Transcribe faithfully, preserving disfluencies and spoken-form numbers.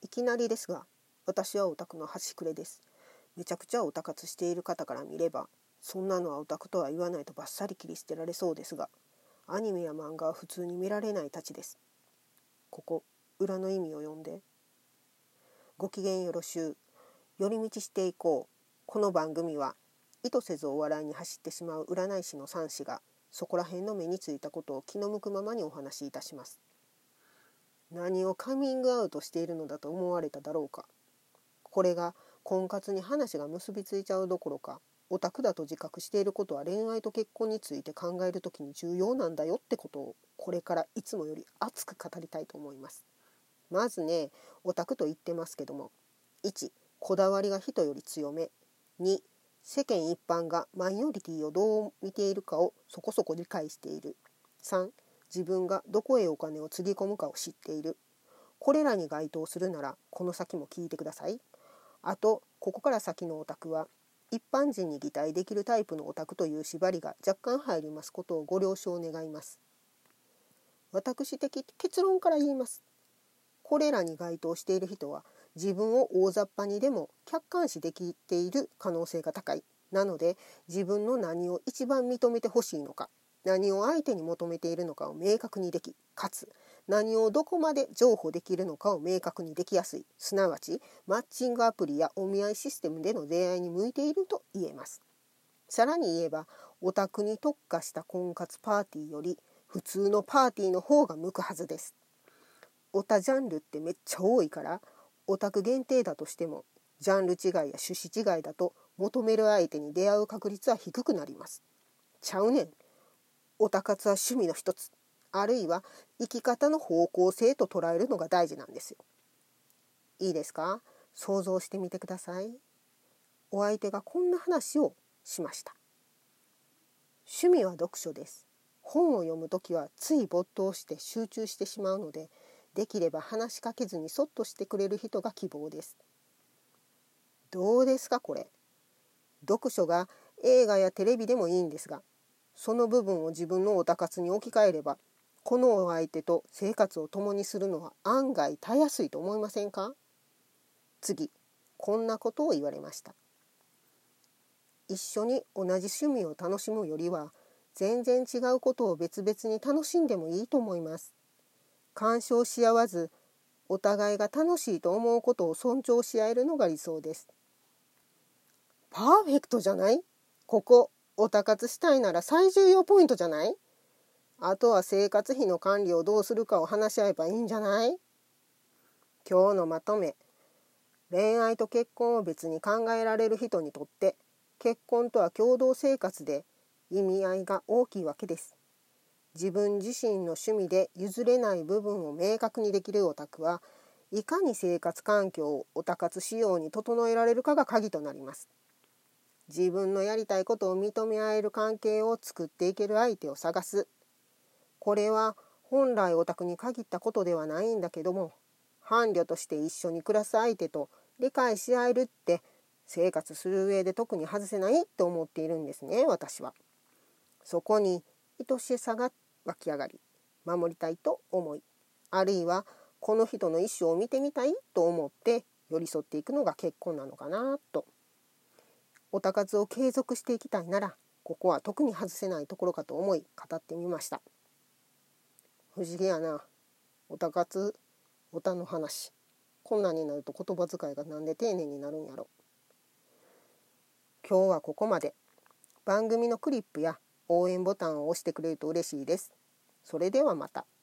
いきなりですが、私はオタクの端くれです。めちゃくちゃオタ活している方から見れば、そんなのはオタクとは言わないとバッサリ切り捨てられそうですが、アニメや漫画は普通に見られないたちです。ここ、裏の意味を読んで。ご機嫌よろしゅう。寄り道していこう。この番組は、意図せずお笑いに走ってしまう占い師の三子が、そこら辺の目についたことを気の向くままにお話しいたします。何をカミングアウトしているのだと思われただろうか。これが婚活に話が結びついちゃうどころか、オタクだと自覚していることは恋愛と結婚について考えるときに重要なんだよってことを、これからいつもより熱く語りたいと思います。まずね、オタクと言ってますけども、いち、こだわりが人より強め。に、世間一般がマイノリティをどう見ているかをそこそこ理解している。さん、自分がどこへお金をつぎ込むかを知っている。これらに該当するならこの先も聞いてください。あと、ここから先のオタクは一般人に擬態できるタイプのオタクという縛りが若干入りますことをご了承願います。私的結論から言います。これらに該当している人は自分を大雑把にでも客観視できている可能性が高い。なので、自分の何を一番認めてほしいのか、何を相手に求めているのかを明確にでき、かつ何をどこまで譲歩できるのかを明確にできやすい。すなわちマッチングアプリやお見合いシステムでの出会いに向いていると言えます。さらに言えば、オタクに特化した婚活パーティーより普通のパーティーの方が向くはずです。オタジャンルってめっちゃ多いから、オタク限定だとしてもジャンル違いや趣旨違いだと求める相手に出会う確率は低くなります。ちゃうねん。オタ活は趣味の一つ、あるいは生き方の方向性と捉えるのが大事なんですよ。いいですか？想像してみてください。お相手がこんな話をしました。趣味は読書です。本を読むときはつい没頭して集中してしまうので、できれば話しかけずにそっとしてくれる人が希望です。どうですかこれ。読書が映画やテレビでもいいんですが、その部分を自分のオタ活に置き換えれば、このお相手と生活を共にするのは案外たやすいと思いませんか？次、こんなことを言われました。一緒に同じ趣味を楽しむよりは、全然違うことを別々に楽しんでもいいと思います。干渉し合わず、お互いが楽しいと思うことを尊重し合えるのが理想です。パーフェクトじゃない？ここ、オタ活したいなら最重要ポイントじゃない？あとは生活費の管理をどうするかを話し合えばいいんじゃない？今日のまとめ。恋愛と結婚を別に考えられる人にとって、結婚とは共同生活で意味合いが大きいわけです。自分自身の趣味で譲れない部分を明確にできるオタクは、いかに生活環境をオタ活仕様に整えられるかが鍵となります。自分のやりたいことを認め合える関係を作っていける相手を探す。これは本来オタクに限ったことではないんだけども、伴侶として一緒に暮らす相手と理解し合えるって生活する上で特に外せないって思っているんですね、私は。そこに愛しさが湧き上がり、守りたいと思い、あるいはこの人の意思を見てみたいと思って寄り添っていくのが結婚なのかなと。オタ活を継続していきたいなら、ここは特に外せないところかと思い語ってみました。不思議やな。オタ活、オタの話。こんなになると言葉遣いがなんで丁寧になるんやろ。今日はここまで。番組のクリップや応援ボタンを押してくれると嬉しいです。それではまた。